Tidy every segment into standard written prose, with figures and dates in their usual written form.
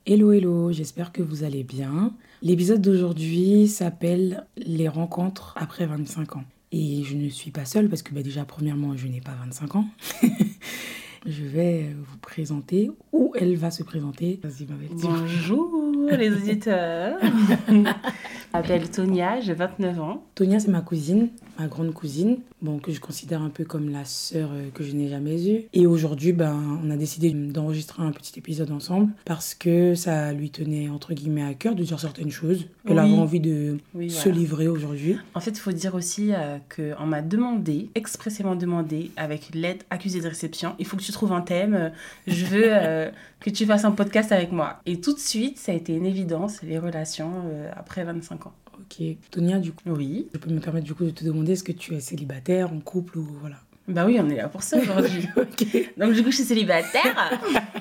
Hello, hello, j'espère que vous allez bien. L'épisode d'aujourd'hui s'appelle Les rencontres après 25 ans. Et je ne suis pas seule parce que déjà, premièrement, je n'ai pas 25 ans. Je vais vous présenter, ou elle va se présenter. Vas-y, ma belle. Bonjour les auditeurs. Je m'appelle Tonia, j'ai 29 ans. Tonia, c'est ma cousine, ma grande cousine, que je considère un peu comme la sœur que je n'ai jamais eue. Et aujourd'hui, on a décidé d'enregistrer un petit épisode ensemble parce que ça lui tenait, entre guillemets, à cœur de dire certaines choses. Elle avait envie de se livrer aujourd'hui. En fait, il faut dire aussi qu'on m'a expressément demandé, avec l'aide accusée de réception, il faut que tu trouves un thème, je veux que tu fasses un podcast avec moi. Et tout de suite, ça a été une évidence, les relations après 25 ans. Ok. Tonia, du coup, oui. Je peux me permettre du coup de te demander, est-ce que tu es célibataire, en couple ou voilà? Bah oui, on est là pour ça aujourd'hui. Ok. Donc du coup, je suis célibataire.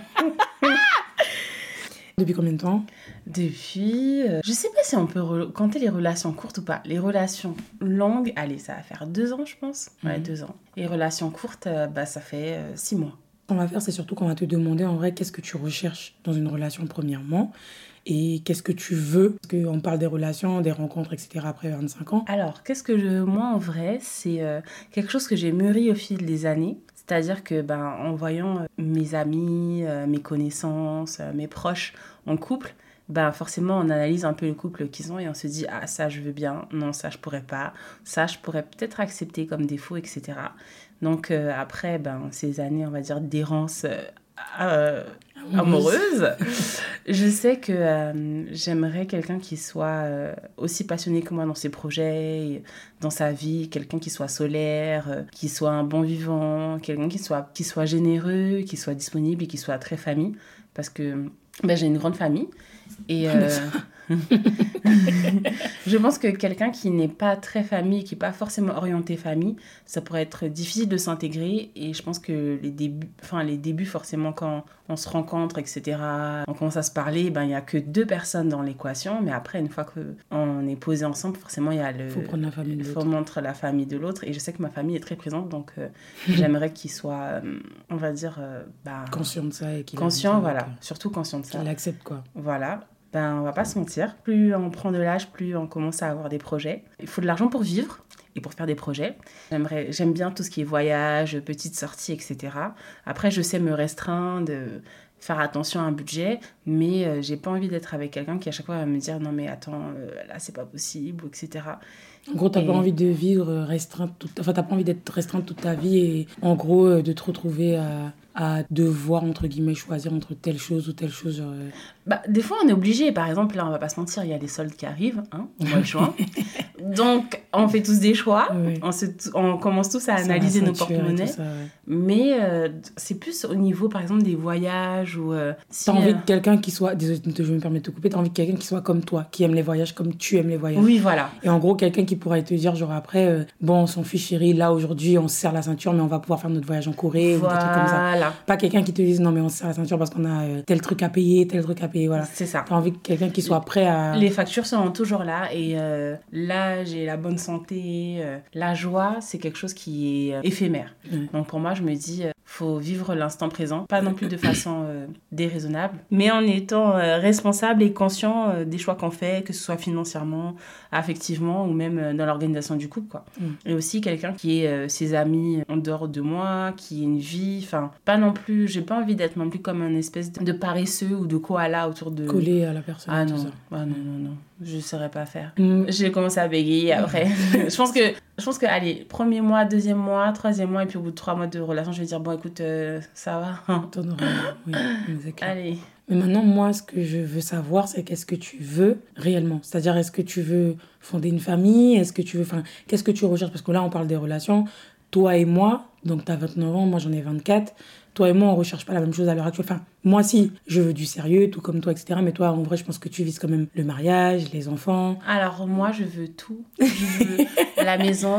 Depuis combien de temps? Depuis... je sais pas si on peut compter les relations courtes ou pas. Les relations longues, allez, ça va faire 2 ans, je pense. Ouais, 2 ans. Les relations courtes, ça fait 6 mois. Ce qu'on va faire, c'est surtout qu'on va te demander en vrai qu'est-ce que tu recherches dans une relation premièrement et qu'est-ce que tu veux. Parce qu'on parle des relations, des rencontres, etc. après 25 ans. Alors, moi en vrai, c'est quelque chose que j'ai mûri au fil des années. C'est-à-dire que en voyant mes amis, mes connaissances, mes proches en couple, forcément on analyse un peu le couple qu'ils ont et on se dit ah ça je veux bien, non ça je pourrais pas, ça je pourrais peut-être accepter comme défaut, etc. Donc après ces années on va dire d'errance amoureuse, je sais que j'aimerais quelqu'un qui soit aussi passionné que moi dans ses projets, dans sa vie, quelqu'un qui soit solaire, qui soit un bon vivant, quelqu'un qui soit généreux, qui soit disponible et qui soit très famille, parce que j'ai une grande famille et je pense que quelqu'un qui n'est pas très famille, qui n'est pas forcément orienté famille, ça pourrait être difficile de s'intégrer. Et je pense que les débuts forcément, quand on se rencontre, etc., on commence à se parler, il n'y a que 2 personnes dans l'équation. Mais après, une fois qu'on est posé ensemble, forcément, il y a faut prendre la famille de l'autre. Faut montrer la famille de l'autre. Et je sais que ma famille est très présente, donc j'aimerais qu'il soit, on va dire... conscient de ça. Et qu'il conscient, voilà. Surtout conscient de ça. Qu'il accepte, quoi. Voilà. On va pas se mentir, plus on prend de l'âge, plus on commence à avoir des projets. Il faut de l'argent pour vivre et pour faire des projets. J'aime bien tout ce qui est voyage, petites sorties, etc. Après, je sais me restreindre, faire attention à un budget, mais j'ai pas envie d'être avec quelqu'un qui à chaque fois va me dire non mais attends, là c'est pas possible, etc. En gros, t'as pas envie de vivre restreinte, t'as pas envie d'être restreinte toute ta vie et en gros de te retrouver à devoir, entre guillemets, choisir entre telle chose ou telle chose. Des fois, on est obligé. Par exemple, là, on va pas se mentir, il y a les soldes qui arrivent, au mois de juin. Donc, on fait tous des choix. Oui. On commence tous à analyser nos porte-monnaies. Ça, ouais. Mais c'est plus au niveau, par exemple, des voyages ou... t'as envie de quelqu'un qui soit... Désolée, je me permets de te couper. T'as envie de quelqu'un qui soit comme toi, qui aime les voyages comme tu aimes les voyages. Oui, voilà. Et en gros, quelqu'un qui pourrait te dire, genre après, on s'en fiche, chérie, là, aujourd'hui, on se serre la ceinture, mais on va pouvoir faire notre voyage en Corée ou des trucs comme ça. Pas quelqu'un qui te dise non mais on se serre la ceinture parce qu'on a tel truc à payer, voilà. C'est ça. T'as envie de quelqu'un qui soit prêt à... Les factures seront toujours là et là j'ai la bonne santé, la joie c'est quelque chose qui est éphémère. Donc pour moi je me dis faut vivre l'instant présent, pas non plus de façon déraisonnable, mais en étant responsable et conscient des choix qu'on fait, que ce soit financièrement, affectivement ou même dans l'organisation du couple, quoi. Et aussi quelqu'un qui ait ses amis en dehors de moi, qui ait une vie, pas non plus, j'ai pas envie d'être non plus comme un espèce de paresseux ou de koala autour de... Coller à la personne. Ah non, non, je saurais pas faire. J'ai commencé à bégayer après. Je pense que, allez, 1er mois, 2e mois, 3e mois, et puis au bout de 3 mois de relation, je vais dire, bon, écoute, ça va. Oui, exactement. Allez. Mais maintenant, moi, ce que je veux savoir, c'est qu'est-ce que tu veux réellement. C'est-à-dire, est-ce que tu veux fonder une famille? Est-ce que tu veux... qu'est-ce que tu recherches? Parce que là, on parle des relations. Toi et moi, donc t'as 29 ans, moi j'en ai 24. Toi et moi, on recherche pas la même chose à l'heure actuelle. Moi, si, je veux du sérieux, tout comme toi, etc. Mais toi, en vrai, je pense que tu vises quand même le mariage, les enfants. Alors, moi, je veux tout. Je veux la maison,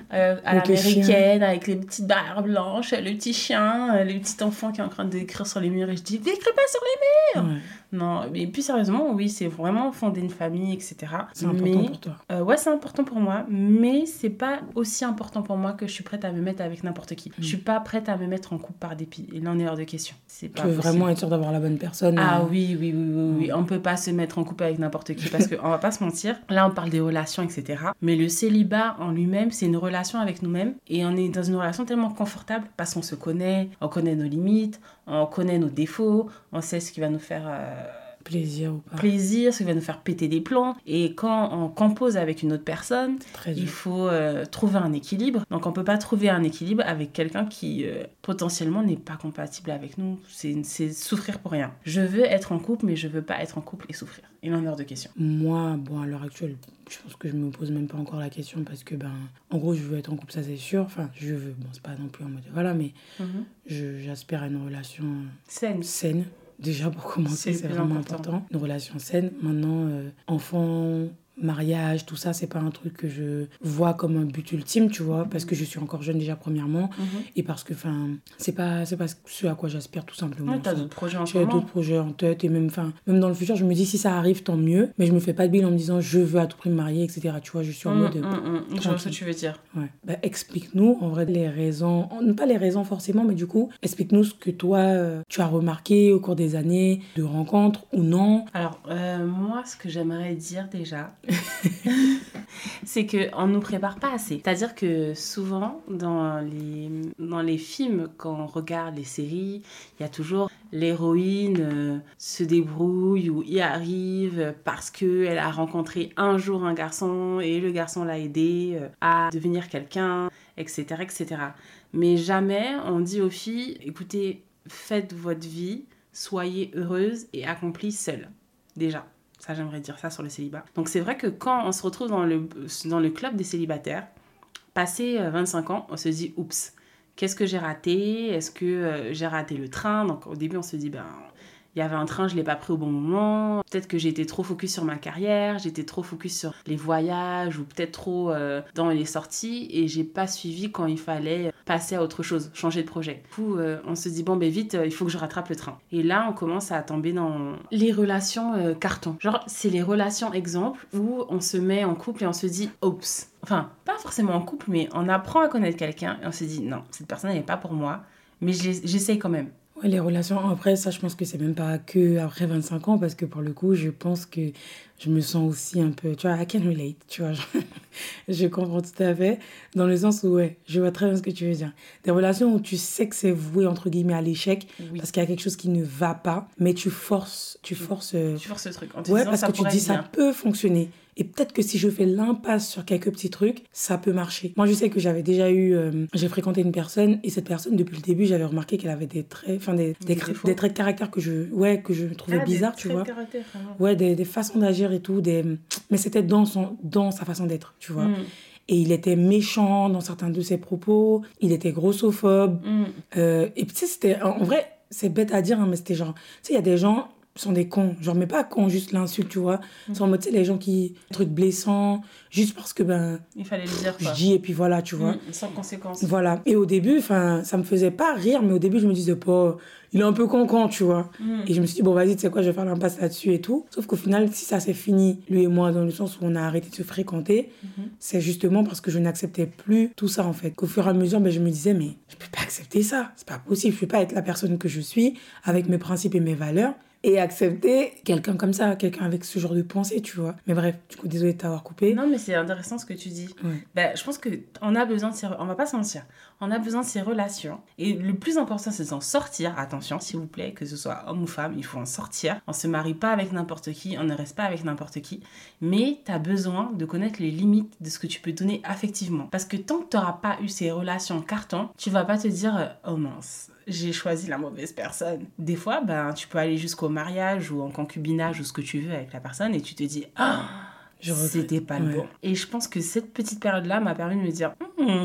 à l'américaine, avec les petites barres blanches, le petit chien, le petit enfant qui est en train d'écrire sur les murs. Et je dis, n'écris pas sur les murs. Ouais. Non, mais plus sérieusement, oui, c'est vraiment fonder une famille, etc. C'est important pour toi. Ouais, c'est important pour moi, mais c'est pas aussi important pour moi que je suis prête à me mettre avec n'importe qui. Je suis pas prête à me mettre en couple par dépit. Et là, on est hors de question. C'est pas tu veux possible. Vraiment être sûr d'avoir la bonne personne. Ah oui. On peut pas se mettre en couple avec n'importe qui parce qu'on va pas se mentir. Là, on parle des relations, etc. Mais le célibat en lui-même, c'est une relation avec nous-mêmes. Et on est dans une relation tellement confortable parce qu'on se connaît, on connaît nos limites, on connaît nos défauts, on sait ce qui va nous faire... plaisir ou pas. Plaisir, ce qui va nous faire péter des plombs. Et quand on compose avec une autre personne, il faut trouver un équilibre. Donc on peut pas trouver un équilibre avec quelqu'un qui potentiellement n'est pas compatible avec nous. C'est souffrir pour rien. Je veux être en couple, mais je veux pas être en couple et souffrir. Il en est hors de question. Moi, à l'heure actuelle, je pense que je me pose même pas encore la question parce que, en gros, je veux être en couple, ça c'est sûr. Enfin, je veux, bon, c'est pas non plus en mode, voilà, mais j'aspire à une relation saine. Déjà, pour commencer, c'est vraiment important. Une relation saine. Maintenant, enfant, mariage, tout ça, c'est pas un truc que je vois comme un but ultime, tu vois, parce que je suis encore jeune déjà, premièrement, et parce que, c'est pas ce à quoi j'aspire, tout simplement. Ouais, t'as d'autres projets en ce moment. J'ai d'autres projets en tête, et même dans le futur, je me dis, si ça arrive, tant mieux, mais je me fais pas de bilan en me disant, je veux à tout prix me marier, etc. Tu vois, je suis en mode... Je vois ce que tu veux dire. Ouais. Explique-nous, en vrai, les raisons, pas les raisons forcément, mais du coup, explique-nous ce que toi, tu as remarqué au cours des années de rencontres ou non. Alors, moi, ce que j'aimerais dire déjà... c'est qu'on ne nous prépare pas assez. C'est-à-dire que souvent, dans les films, quand on regarde les séries, il y a toujours l'héroïne se débrouille ou y arrive parce qu'elle a rencontré un jour un garçon et le garçon l'a aidé à devenir quelqu'un, etc., etc. Mais jamais on dit aux filles, écoutez, faites votre vie, soyez heureuse et accomplie seule. Déjà. Ça, j'aimerais dire ça sur le célibat. Donc, c'est vrai que quand on se retrouve dans le club des célibataires, passé 25 ans, on se dit, oups, qu'est-ce que j'ai raté ? Est-ce que j'ai raté le train ? Donc, au début, on se dit, il y avait un train, je ne l'ai pas pris au bon moment. Peut-être que j'étais trop focus sur ma carrière, j'étais trop focus sur les voyages ou peut-être trop dans les sorties et j'ai pas suivi quand il fallait passer à autre chose, changer de projet. Du coup, on se dit, vite, il faut que je rattrape le train. Et là, on commence à tomber dans les relations carton. Genre, c'est les relations exemples où on se met en couple et on se dit, oups. Enfin, pas forcément en couple, mais on apprend à connaître quelqu'un et on se dit, non, cette personne, elle n'est pas pour moi, mais j'essaye quand même. Ouais, les relations, après, ça, je pense que c'est même pas que après 25 ans, parce que pour le coup, je pense que je me sens aussi un peu, tu vois, I can relate, tu vois, je comprends tout à fait, dans le sens où, je vois très bien ce que tu veux dire. Des relations où tu sais que c'est voué, entre guillemets, à l'échec, parce qu'il y a quelque chose qui ne va pas, mais tu forces le truc, en te ouais, disant, parce ça que tu pourrait dis, être bien. ça peut fonctionner. Et peut-être que si je fais l'impasse sur quelques petits trucs, ça peut marcher. Moi, je sais que j'avais déjà eu... j'ai fréquenté une personne, et cette personne, depuis le début, j'avais remarqué qu'elle avait des traits... Enfin, des traits de caractère que je trouvais bizarres, tu vois. Des traits de caractère, vraiment. Ouais, des façons d'agir et tout. Mais c'était dans sa façon d'être, tu vois. Et il était méchant dans certains de ses propos. Il était grossophobe. Et tu sais, c'était... En vrai, c'est bête à dire, hein, mais c'était genre... Tu sais, il y a des gens... sont des cons, genre mais pas cons, juste l'insulte, tu vois, sont en mode, tu sais, les gens qui trucs blessants juste parce que il fallait le dire, quoi. je dis et puis voilà, tu vois, sans conséquence. Voilà. Et au début, ça me faisait pas rire, mais au début je me disais pas, il est un peu con, tu vois. Et je me suis dit, bon vas-y, tu sais quoi, je vais faire l'impasse là-dessus et tout. Sauf qu'au final, si ça s'est fini, lui et moi, dans le sens où on a arrêté de se fréquenter, c'est justement parce que je n'acceptais plus tout ça, en fait. Qu'au fur et à mesure, je me disais, mais je peux pas accepter ça, c'est pas possible, je peux pas être la personne que je suis avec mes principes et mes valeurs et accepter quelqu'un comme ça, quelqu'un avec ce genre de pensée, tu vois. Mais bref, du coup, désolée de t'avoir coupé. Non, mais c'est intéressant ce que tu dis. Ouais. Je pense qu'on a besoin de on va pas se mentir, on a besoin de ces relations. Et le plus important, c'est d'en sortir. Attention, s'il vous plaît, que ce soit homme ou femme, il faut en sortir. On se marie pas avec n'importe qui, on ne reste pas avec n'importe qui. Mais tu as besoin de connaître les limites de ce que tu peux donner affectivement. Parce que tant que tu n'auras pas eu ces relations carton, tu vas pas te dire « Oh mince, j'ai choisi la mauvaise personne ». Des fois, tu peux aller jusqu'au mariage ou en concubinage ou ce que tu veux avec la personne et tu te dis « Ah !» c'était pas le bon. Et je pense que cette petite période-là m'a permis de me dire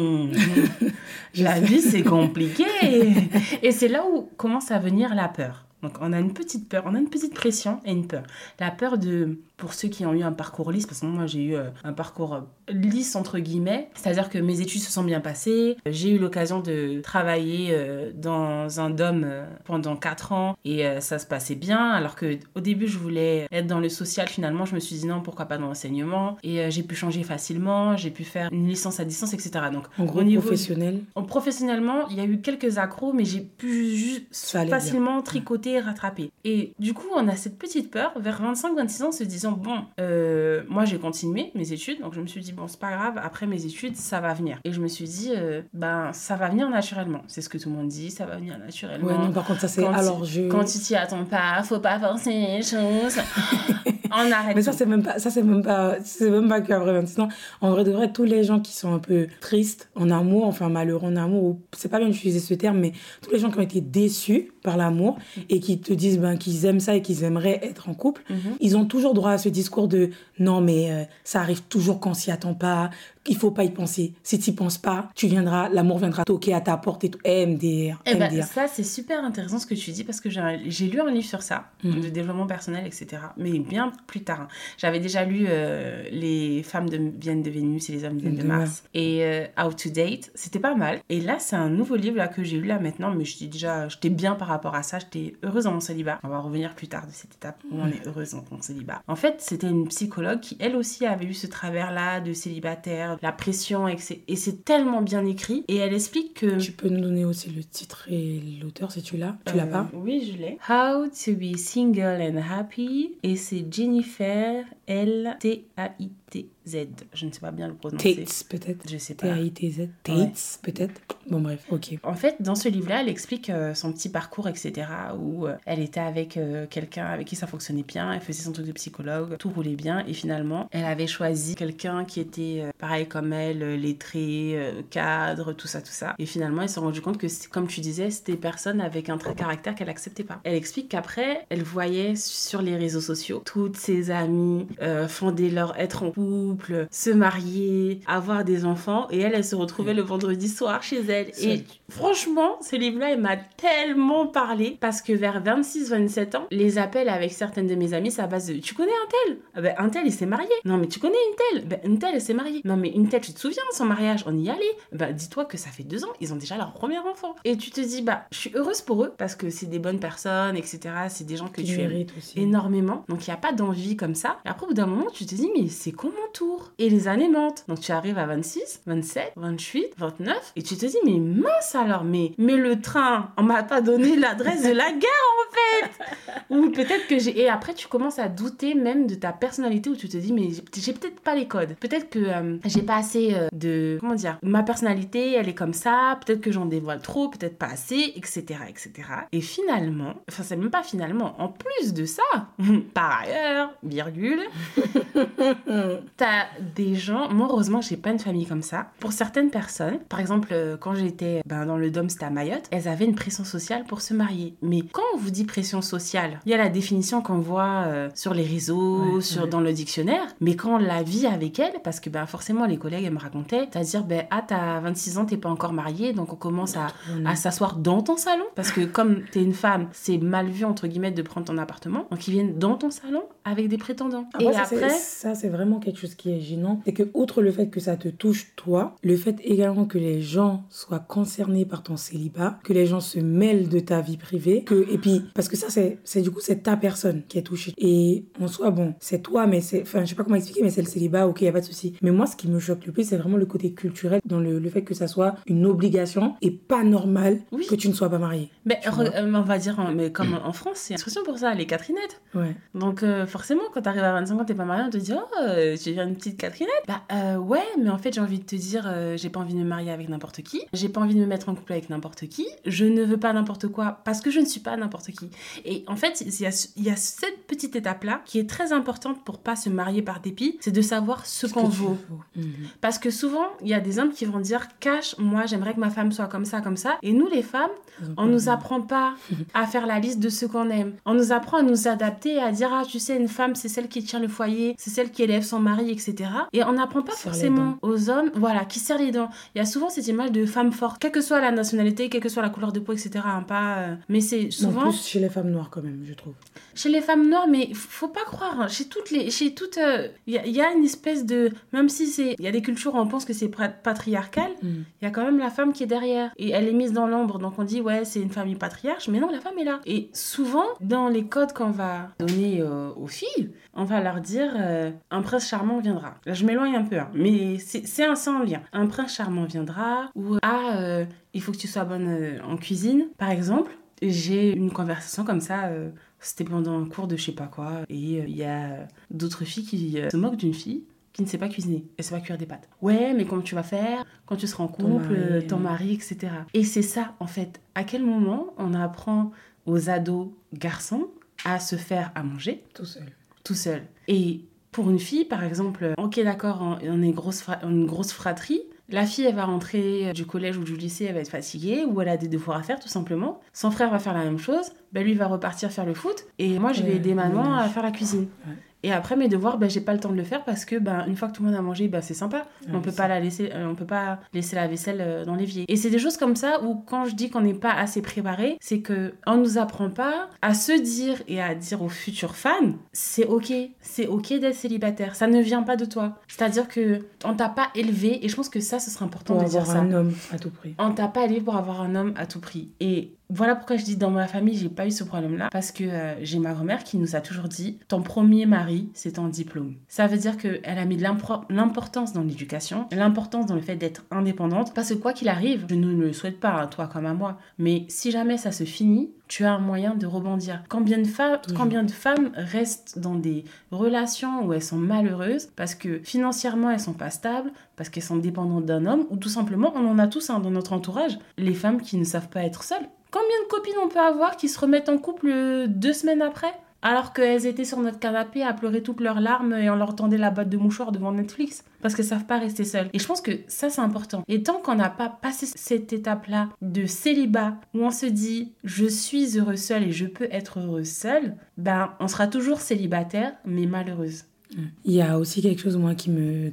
la vie, c'est compliqué. Et c'est là où commence à venir la peur. Donc, on a une petite peur, on a une petite pression et une peur. La peur pour ceux qui ont eu un parcours lisse, parce que moi, j'ai eu un parcours lisse, entre guillemets. C'est-à-dire que mes études se sont bien passées. J'ai eu l'occasion de travailler dans un dôme pendant 4 ans et ça se passait bien. Alors qu'au début, je voulais être dans le social. Finalement, je me suis dit non, pourquoi pas dans l'enseignement. Et j'ai pu changer facilement. J'ai pu faire une licence à distance, etc. Donc, en gros, professionnellement, il y a eu quelques accros, mais j'ai pu facilement tricoter et rattraper. Et du coup, on a cette petite peur vers 25-26 ans, se disant, bon, moi j'ai continué mes études, donc je me suis dit, bon, c'est pas grave, après mes études, ça va venir. Et je me suis dit, ça va venir naturellement. C'est ce que tout le monde dit, ça va venir naturellement. Ouais, non, par contre, ça c'est... Quand tu t'y attends pas, faut pas forcer les choses. On arrête. Mais ça, c'est même pas qu'après 26 ans. En vrai de vrai, tous les gens qui sont un peu tristes en amour, enfin malheureux en amour, ou c'est pas bien d'utiliser ce terme, mais tous les gens qui ont été déçus par l'amour et qui te disent qu'ils aiment ça et qu'ils aimeraient être en couple, ils ont toujours droit à ce discours de non, mais ça arrive toujours quand on s'y attend pas, il faut pas y penser. Si tu y penses pas, l'amour viendra toquer à ta porte et tout. MDR. Ça, c'est super intéressant ce que tu dis parce que j'ai lu un livre sur ça, de développement personnel, etc. Mais bien plus tard. Hein. J'avais déjà lu Les femmes viennent de Vénus et les hommes viennent de Mars. Et How to Date, c'était pas mal. Et là, c'est un nouveau livre là, que j'ai lu là maintenant, mais j'étais bien par rapport à ça, j'étais heureuse dans mon célibat. On va revenir plus tard de cette étape où on est heureuse dans mon célibat. En fait, c'était une psychologue qui, elle aussi, avait eu ce travers-là de célibataire, la pression, et c'est tellement bien écrit. Et elle explique que... Tu peux nous donner aussi le titre et l'auteur si tu l'as. Tu l'as pas? Oui, je l'ai. How to be single and happy. Et c'est Jennifer L-T-A-I-T. Z, je ne sais pas bien le prononcer. Tates, peut-être. Je sais pas. T-A-I-T-Z. Tates, peut-être. Bon, bref, ok. En fait, dans ce livre-là, elle explique son petit parcours, etc. Où elle était avec quelqu'un avec qui ça fonctionnait bien, elle faisait son truc de psychologue, tout roulait bien. Et finalement, elle avait choisi quelqu'un qui était pareil comme elle, lettré, cadre, tout ça. Et finalement, elle s'est rendue compte que, comme tu disais, c'était des personnes avec un trait de caractère qu'elle acceptait pas. Elle explique qu'après, elle voyait sur les réseaux sociaux toutes ses amies être en couple, se marier, avoir des enfants, et elle se retrouvait le vendredi soir chez elle. Et franchement, ce livre-là, il m'a tellement parlé, parce que vers 26-27 ans, les appels avec certaines de mes amies, c'est à base de « Tu connais un tel ? Ah ben, un tel, il s'est marié. Non, mais tu connais une telle ? Ben, une telle, elle s'est mariée. Non, mais une telle, tu te souviens, son mariage, on y allait. Ben, dis-toi que ça fait 2 ans, ils ont déjà leur premier enfant. » Et tu te dis, je suis heureuse pour eux, parce que c'est des bonnes personnes, etc. C'est des gens que tu aimes énormément. Donc, il n'y a pas d'envie comme ça. Et après, au bout d'un moment, tu te dis, mais c'est quoi mon tour ? Et les années mentent. Donc tu arrives à 26, 27, 28, 29 et tu te dis mais mince alors, mais le train, on m'a pas donné l'adresse de la gare en fait. Ou peut-être que et après tu commences à douter même de ta personnalité, où tu te dis mais j'ai peut-être pas les codes. Peut-être que j'ai pas assez ma personnalité, elle est comme ça, peut-être que j'en dévoile trop, peut-être pas assez, etc. Et finalement, enfin c'est même pas finalement, en plus de ça, par ailleurs, virgule, t'as des gens, moi heureusement j'ai pas une famille comme ça. Pour certaines personnes, par exemple quand j'étais dans le Dôme, c'était à Mayotte, elles avaient une pression sociale pour se marier. Mais quand on vous dit pression sociale, il y a la définition qu'on voit sur les réseaux, dans le dictionnaire, mais quand on la vit avec elles, parce que forcément les collègues elles me racontaient, c'est-à-dire t'as 26 ans, t'es pas encore mariée, donc on commence à s'asseoir dans ton salon, parce que comme t'es une femme, c'est mal vu entre guillemets de prendre ton appartement, donc ils viennent dans ton salon avec des prétendants. Et après ça c'est vraiment quelque chose qui est gênant, c'est que outre le fait que ça te touche toi, le fait également que les gens soient concernés par ton célibat, que les gens se mêlent de ta vie privée, et puis parce que ça c'est du coup c'est ta personne qui est touchée, et en soi c'est toi, mais je sais pas comment expliquer, mais c'est le célibat, ok, y a pas de souci. Mais moi ce qui me choque le plus, c'est vraiment le côté culturel, dans le fait que ça soit une obligation et pas normal que tu ne sois pas mariée. Mais on va dire, mais comme en France, c'est une expression pour ça, les Catherinettes. Ouais. Donc forcément quand t'arrives à 25 ans, t'es pas mariée, on te dit tu deviens une petite Catherinette. Ouais, mais en fait j'ai envie de te dire, j'ai pas envie de me marier avec n'importe qui, j'ai pas envie de me mettre en couple avec n'importe qui, je ne veux pas n'importe quoi parce que je ne suis pas n'importe qui. Et en fait il y a cette petite étape là qui est très importante pour pas se marier par dépit, c'est de savoir ce qu'on vaut. Parce que souvent il y a des hommes qui vont dire cash, moi j'aimerais que ma femme soit comme ça, et nous les femmes on nous apprend pas à faire la liste de ce qu'on aime, on nous apprend à nous adapter, à dire tu sais, une femme c'est celle qui tient le foyer, c'est celle qui élève son mari, etc. Et on n'apprend pas forcément aux hommes, qui serrent les dents. Il y a souvent cette image de femme forte, quelle que soit la nationalité, quelle que soit la couleur de peau, etc. Mais c'est souvent... Non, plus chez les femmes noires quand même, je trouve. Chez les femmes noires, mais faut pas croire, il y a une espèce de... Même si il y a des cultures où on pense que c'est patriarcal, il y a quand même la femme qui est derrière. Et elle est mise dans l'ombre, donc on dit, ouais, c'est une famille patriarche, mais non, la femme est là. Et souvent, dans les codes qu'on va donner aux filles, on va leur dire un prince charmant viendra. Là, je m'éloigne un peu, mais c'est en lien. Un prince charmant viendra, ou il faut que tu sois bonne en cuisine, par exemple. j'ai une conversation comme ça, c'était pendant un cours de je sais pas quoi, et il y a d'autres filles qui se moquent d'une fille qui ne sait pas cuisiner, elle sait pas cuire des pâtes. Ouais, mais comment tu vas faire quand tu seras en couple, ton mari, etc. Et c'est ça, en fait. À quel moment on apprend aux ados garçons à se faire à manger tout seul. Et pour une fille, par exemple, ok, d'accord, on est une grosse fratrie. La fille, elle va rentrer du collège ou du lycée, elle va être fatiguée, ou elle a des devoirs à faire, tout simplement. Son frère va faire la même chose, lui va repartir faire le foot, et moi, je vais aider maman à faire la cuisine. Ouais. Et après, mes devoirs, j'ai pas le temps de le faire parce que une fois que tout le monde a mangé, c'est sympa. On peut pas laisser la vaisselle dans l'évier. Et c'est des choses comme ça où quand je dis qu'on n'est pas assez préparé, c'est qu'on nous apprend pas à se dire et à dire aux futures femmes, c'est ok d'être célibataire. Ça ne vient pas de toi. C'est-à-dire que on t'a pas élevé, et je pense que ça, ce serait important de dire ça. Pour avoir un homme à tout prix. On t'a pas élevé pour avoir un homme à tout prix. Et voilà pourquoi je dis dans ma famille, j'ai pas eu ce problème-là. Parce que j'ai ma grand-mère qui nous a toujours dit, ton premier mari, c'est ton diplôme. Ça veut dire qu'elle a mis de l'importance dans l'éducation, l'importance dans le fait d'être indépendante. Parce que quoi qu'il arrive, je ne le souhaite pas, à toi comme à moi, mais si jamais ça se finit, tu as un moyen de rebondir. Combien de femmes restent dans des relations où elles sont malheureuses parce que financièrement elles sont pas stables, parce qu'elles sont dépendantes d'un homme, ou tout simplement, on en a tous dans notre entourage, les femmes qui ne savent pas être seules. Combien de copines on peut avoir qui se remettent en couple 2 semaines après, alors qu'elles étaient sur notre canapé à pleurer toutes leurs larmes et on leur tendait la boîte de mouchoirs devant Netflix parce qu'elles savent pas rester seules. Et je pense que ça, c'est important. Et tant qu'on n'a pas passé cette étape-là de célibat où on se dit « je suis heureuse seule et je peux être heureuse seule », on sera toujours célibataire mais malheureuse. Il y a aussi quelque chose, moi, qui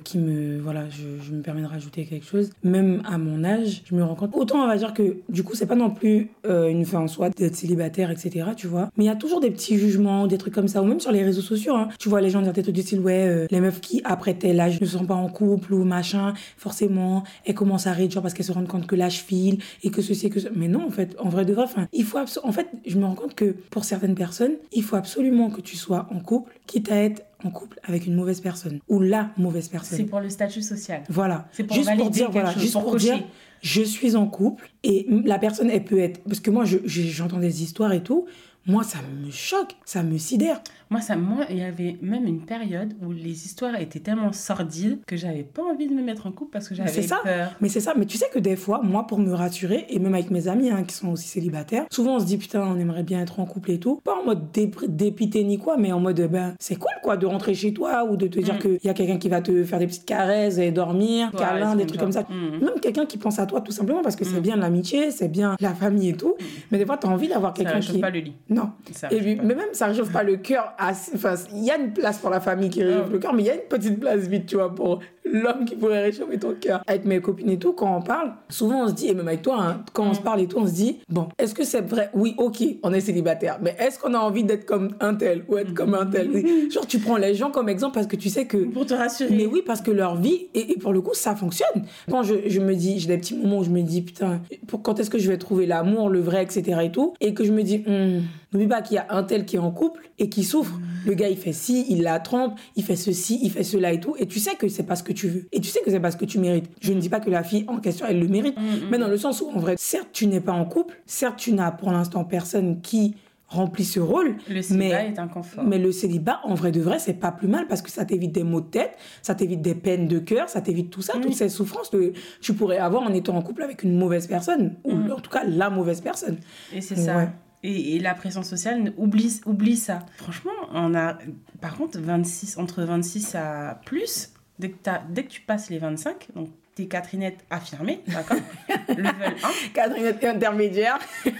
me voilà, je me permets de rajouter quelque chose. Même à mon âge, je me rends compte. Autant, on va dire que, du coup, c'est pas non plus une fin en soi d'être célibataire, etc., tu vois. Mais il y a toujours des petits jugements, des trucs comme ça, ou même sur les réseaux sociaux, hein. Tu vois les gens dire des trucs du style, ouais, les meufs qui, après tel âge, ne sont pas en couple, ou machin, forcément, elles commencent à réduire parce qu'elles se rendent compte que l'âge file, et que ceci, et que ça. Mais non, en fait, en vrai de vrai, en fait, je me rends compte que, pour certaines personnes, il faut absolument que tu sois en couple, quitte à être en couple avec une mauvaise personne ou la mauvaise personne. C'est pour le statut social. Voilà. C'est pour valider juste pour dire, je suis en couple et la personne, elle peut être... Parce que moi, j'entends des histoires et tout. Moi, ça me choque, ça me sidère. Moi, il y avait même une période où les histoires étaient tellement sordides que j'avais pas envie de me mettre en couple parce que j'avais peur. Mais c'est ça. Mais tu sais que des fois, moi, pour me rassurer, et même avec mes amis qui sont aussi célibataires, souvent on se dit, putain, on aimerait bien être en couple et tout. Pas en mode dépité ni quoi, mais en mode, c'est cool, quoi, de rentrer chez toi ou de te dire qu'il y a quelqu'un qui va te faire des petites caresses et dormir, câlins, des trucs comme ça. Même quelqu'un qui pense à toi, tout simplement, parce que c'est bien l'amitié, c'est bien la famille et tout. Mais des fois, t'as envie d'avoir quelqu'un qui... Ça réchauffe pas le lit. Non. Mais même, ça réchauffe pas le cœur. Enfin, il y a une place pour la famille qui réchauffe le cœur, mais il y a une petite place vide, tu vois, pour l'homme qui pourrait réchauffer ton cœur. Avec mes copines et tout, quand on parle, souvent on se dit, et même avec toi, hein, quand on se parle et tout, on se dit, bon, est-ce que c'est vrai? Oui, ok, on est célibataire, mais est-ce qu'on a envie d'être comme un tel ou être comme un tel? Oui. Genre, tu prends les gens comme exemple parce que tu sais que... Pour te rassurer. Mais oui, parce que leur vie, et pour le coup, ça fonctionne. Quand je me dis, j'ai des petits moments où je me dis, putain, quand est-ce que je vais trouver l'amour, le vrai, etc. et tout, et que je me dis, n'oublie pas qu'il y a un tel qui est en couple et qui souffre. Le gars, il fait ci, il la trompe, il fait ceci, il fait cela et tout. Et tu sais que c'est pas ce que tu veux. Et tu sais que c'est pas ce que tu mérites. Je ne dis pas que la fille en question, elle le mérite. Mais dans le sens où, en vrai, certes, tu n'es pas en couple. Certes, tu n'as pour l'instant personne qui remplit ce rôle. Le célibat est un confort. Mais le célibat, en vrai de vrai, c'est pas plus mal parce que ça t'évite des maux de tête, ça t'évite des peines de cœur, ça t'évite tout ça, toutes ces souffrances que tu pourrais avoir en étant en couple avec une mauvaise personne. Ou en tout cas, la mauvaise personne. Et c'est ça. Ouais. Et la pression sociale, oublie ça. Franchement, on a, par contre, entre 26 à plus, dès que tu passes les 25, donc t'es Catherinette affirmée, d'accord? Level 1. Catherinette intermédiaire.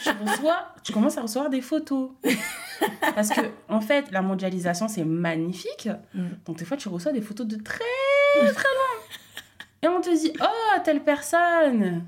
Tu commences à recevoir des photos. Parce que, en fait, la mondialisation, c'est magnifique. Donc, des fois, tu reçois des photos de très, très loin. Et on te dit, oh, telle personne,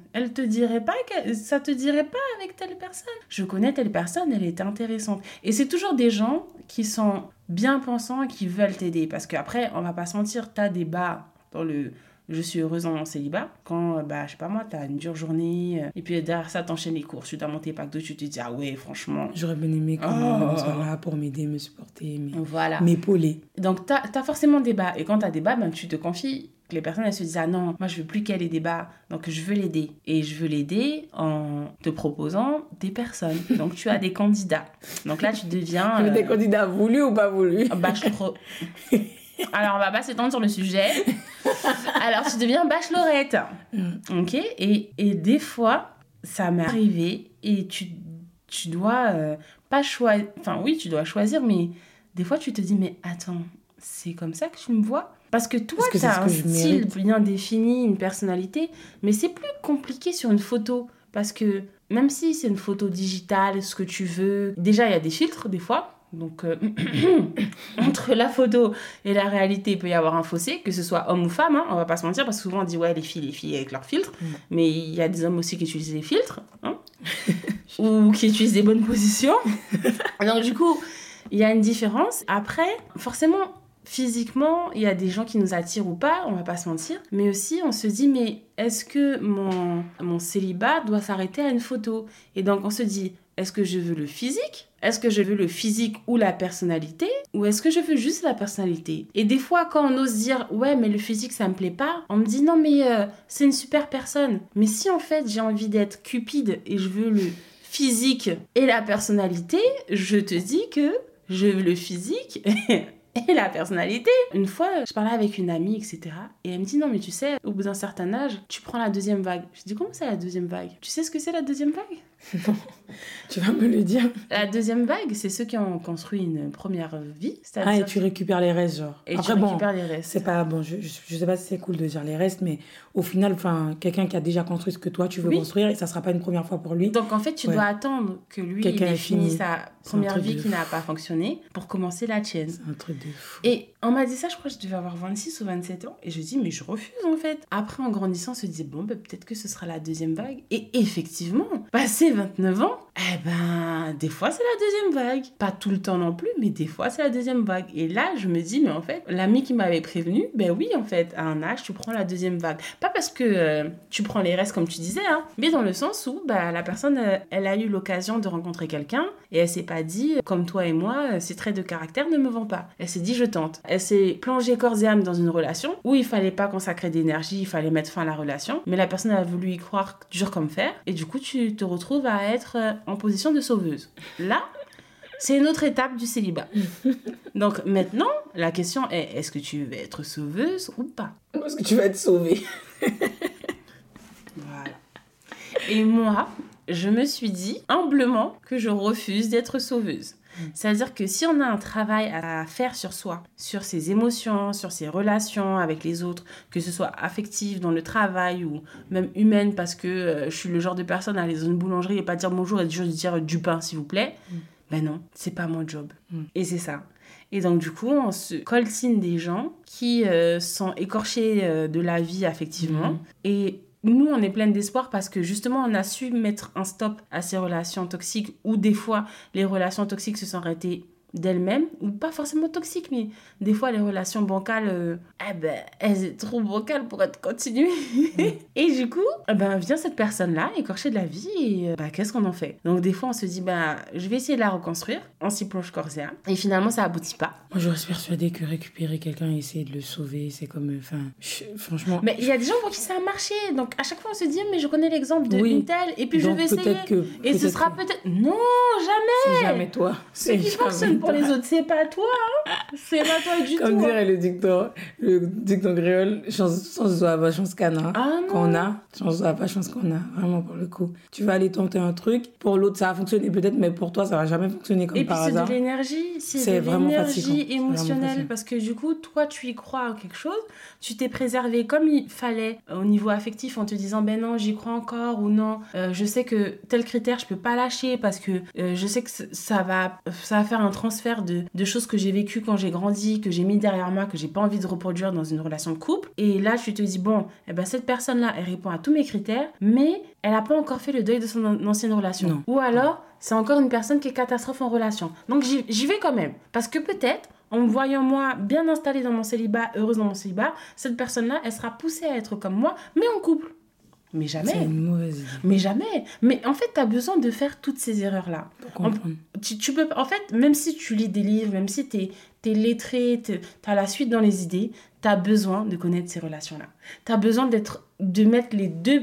ça te dirait pas avec telle personne. Je connais telle personne, elle est intéressante. Et c'est toujours des gens qui sont bien pensants et qui veulent t'aider. Parce qu'après, on va pas se mentir, t'as des bas dans le... Je suis heureuse en célibat. Quand, je sais pas moi, t'as une dure journée, et puis derrière ça, t'enchaînes les cours, tu dois monter pack d'eau, tu te dis, ah ouais, franchement. J'aurais bien aimé qu'on soit là pour m'aider, me supporter, voilà. m'épauler. Donc, t'as forcément des bas. Et quand t'as des bas, tu te confies Les personnes, elles se disent, ah non, moi je veux plus qu'elle ait des bas, donc je veux l'aider. Et je veux l'aider en te proposant des personnes. Donc tu as des candidats. Donc là, tu deviens... Des candidats voulus ou pas voulus? Alors, on va pas s'étendre sur le sujet. Alors, tu deviens bachelorette. Ok? Et des fois, ça m'est arrivé et tu dois pas choisir... Enfin, oui, tu dois choisir, mais des fois, tu te dis, mais attends, c'est comme ça que tu me vois? Parce que toi, tu as un style bien défini, une personnalité, mais c'est plus compliqué sur une photo. Parce que même si c'est une photo digitale, ce que tu veux... Déjà, il y a des filtres, des fois. Donc, entre la photo et la réalité, il peut y avoir un fossé, que ce soit homme ou femme, hein, on va pas se mentir, parce que souvent on dit, ouais, les filles avec leurs filtres. Mais il y a des hommes aussi qui utilisent les filtres, hein, ou qui utilisent des bonnes positions. Donc, du coup, il y a une différence. Après, forcément... Physiquement, il y a des gens qui nous attirent ou pas, on va pas se mentir. Mais aussi, on se dit, mais est-ce que mon célibat doit s'arrêter à une photo? Et donc, on se dit, est-ce que je veux le physique? Est-ce que je veux le physique ou la personnalité? Ou est-ce que je veux juste la personnalité? Et des fois, quand on ose dire, ouais, mais le physique, ça me plaît pas, on me dit, non, mais c'est une super personne. Mais si, en fait, j'ai envie d'être cupide et je veux le physique et la personnalité, je te dis que je veux le physique... et la personnalité. Une fois, je parlais avec une amie, etc. Et elle me dit, non, mais tu sais, au bout d'un certain âge, tu prends la deuxième vague. Je dis, comment ça, la deuxième vague? Tu sais ce que c'est, la deuxième vague? Non, tu vas me le dire. La deuxième vague, c'est ceux qui ont construit une première vie. Ah, et tu récupères les restes, genre. Et après, tu récupères les restes. C'est pas... Bon, je sais pas si c'est cool de dire les restes, mais au final, quelqu'un qui a déjà construit ce que toi, tu veux construire, et ça sera pas une première fois pour lui. Donc, en fait, tu dois attendre que lui, il ait fini sa première vie qui n'a pas fonctionné pour commencer la tienne. C'est un truc de fou. Et on m'a dit ça, je crois que je devais avoir 26 ou 27 ans. Et je dis, mais je refuse, en fait. Après, en grandissant, on se disait, bon, peut-être que ce sera la deuxième vague. Et effectivement, passé 29 ans, eh ben, des fois, c'est la deuxième vague. Pas tout le temps non plus, mais des fois, c'est la deuxième vague. Et là, je me dis, mais en fait, l'ami qui m'avait prévenu, ben oui, en fait, à un âge, tu prends la deuxième vague. Pas parce que tu prends les restes, comme tu disais, hein, mais dans le sens où la personne, elle a eu l'occasion de rencontrer quelqu'un et elle s'est pas dit, comme toi et moi, ces traits de caractère ne me vont pas. Elle s'est dit, je tente. Elle s'est plongée corps et âme dans une relation où il fallait pas consacrer d'énergie, il fallait mettre fin à la relation, mais la personne a voulu y croire dur comme fer, et du coup, tu te retrouves à être en position de sauveuse. Là, c'est une autre étape du célibat. Donc maintenant, la question est, est-ce que tu veux être sauveuse ou pas? Est-ce que tu vas être sauvée? Voilà. Et moi, je me suis dit humblement que je refuse d'être sauveuse. C'est-à-dire que si on a un travail à faire sur soi, sur ses émotions, sur ses relations avec les autres, que ce soit affective dans le travail ou même humaine, parce que je suis le genre de personne à aller dans une boulangerie et pas dire bonjour et juste dire du pain s'il vous plaît, ben non, c'est pas mon job. Et c'est ça. Et donc du coup, on se coltine des gens qui sont écorchés de la vie affectivement et nous, on est pleine d'espoir parce que justement, on a su mettre un stop à ces relations toxiques où des fois, les relations toxiques se sont arrêtées d'elles-mêmes, ou pas forcément toxiques, mais des fois, les relations bancales, elles sont trop bancales pour être continuées. Et du coup, vient cette personne-là, écorchée de la vie, et qu'est-ce qu'on en fait? Donc des fois, on se dit, je vais essayer de la reconstruire, on s'y plonge corps et âme, et finalement, ça aboutit pas. Moi, je reste persuadée que récupérer quelqu'un et essayer de le sauver, c'est comme, franchement... Mais il y a des gens pour qui ça a marché, donc à chaque fois, on se dit, mais je connais l'exemple de une telle, et puis donc, je vais essayer, et ce sera peut-être... Non, jamais! C'est jamais toi. C'est qui fonctionne pour les autres, c'est pas toi, hein. C'est pas toi du tout. Comme dirait le dicton créole, chance doit pas chance qu'on a. Qu'on a, chance doit pas chance qu'on a, vraiment pour le coup. Tu vas aller tenter un truc, pour l'autre ça va fonctionner peut-être, mais pour toi ça va jamais fonctionner comme par hasard. Et puis c'est de l'énergie, c'est de l'énergie émotionnelle, parce que du coup, toi tu y crois en quelque chose, tu t'es préservé comme il fallait au niveau affectif en te disant, ben non, j'y crois encore, ou non, je sais que tel critère je peux pas lâcher parce que je sais que ça va faire un transfert de choses que j'ai vécues quand j'ai grandi, que j'ai mis derrière moi, que j'ai pas envie de reproduire dans une relation de couple. Et là, tu te dis, bon, cette personne-là, elle répond à tous mes critères, mais elle a pas encore fait le deuil de son ancienne relation. Non. Ou alors, c'est encore une personne qui est catastrophe en relation. Donc, j'y vais quand même. Parce que peut-être, en me voyant moi bien installée dans mon célibat, heureuse dans mon célibat, cette personne-là, elle sera poussée à être comme moi, mais en couple. Mais jamais. C'est une mauvaise idée. Mais jamais. Mais en fait, tu as besoin de faire toutes ces erreurs-là. Pour comprendre. Tu peux, en fait, même si tu lis des livres, même si tu t'es lettré, t'as la suite dans les idées, t'as besoin de connaître ces relations-là. T'as besoin de mettre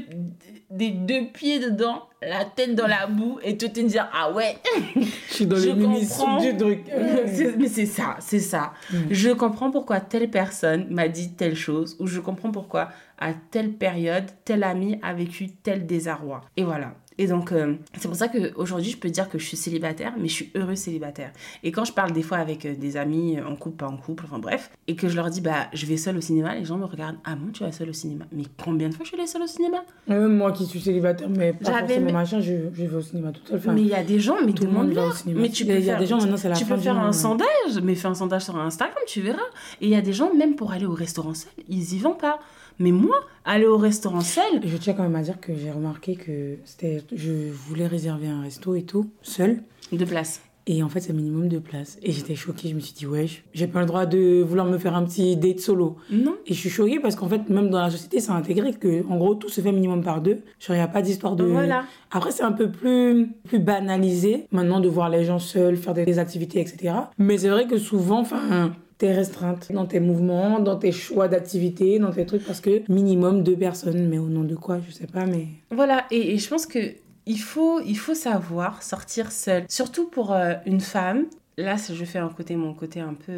des deux pieds dedans, la tête dans la boue et te dire ah ouais, je suis dans les émissions du truc. Mais c'est ça. Je comprends pourquoi telle personne m'a dit telle chose, ou je comprends pourquoi à telle période, tel ami a vécu tel désarroi. Et voilà. Et donc, c'est pour ça qu'aujourd'hui, je peux dire que je suis célibataire, mais je suis heureuse célibataire. Et quand je parle des fois avec des amis en couple, pas en couple, enfin bref, et que je leur dis, je vais seule au cinéma, les gens me regardent, ah bon, tu vas seule au cinéma? Mais combien de fois je suis allée seule au cinéma? Moi qui suis célibataire, mais pas forcément machin, je vais au cinéma toute seule. Enfin, mais il y a des gens, mais tout le monde va au cinéma. Mais il y a des gens, maintenant, c'est la fin tu peux faire un sondage, mais fais un sondage sur Instagram, tu verras. Et il y a des gens, même pour aller au restaurant seul, ils y vont pas. Mais moi, aller au restaurant seul... Je tiens quand même à dire que j'ai remarqué que je voulais réserver un resto et tout, seul. 2 places. Et en fait, c'est minimum 2 places. Et j'étais choquée, je me suis dit, wesh, j'ai pas le droit de vouloir me faire un petit date solo. Non. Et je suis choquée parce qu'en fait, même dans la société, c'est intégré que, en gros, tout se fait minimum par 2. Il n'y a pas d'histoire de... Voilà. Après, c'est un peu plus banalisé, maintenant, de voir les gens seuls, faire des activités, etc. Mais c'est vrai que souvent, t'es restreinte dans tes mouvements, dans tes choix d'activités, dans tes trucs, parce que minimum 2 personnes, mais au nom de quoi, je sais pas, mais... Voilà, et je pense que il faut savoir sortir seule, surtout pour une femme. Là, je fais mon côté un peu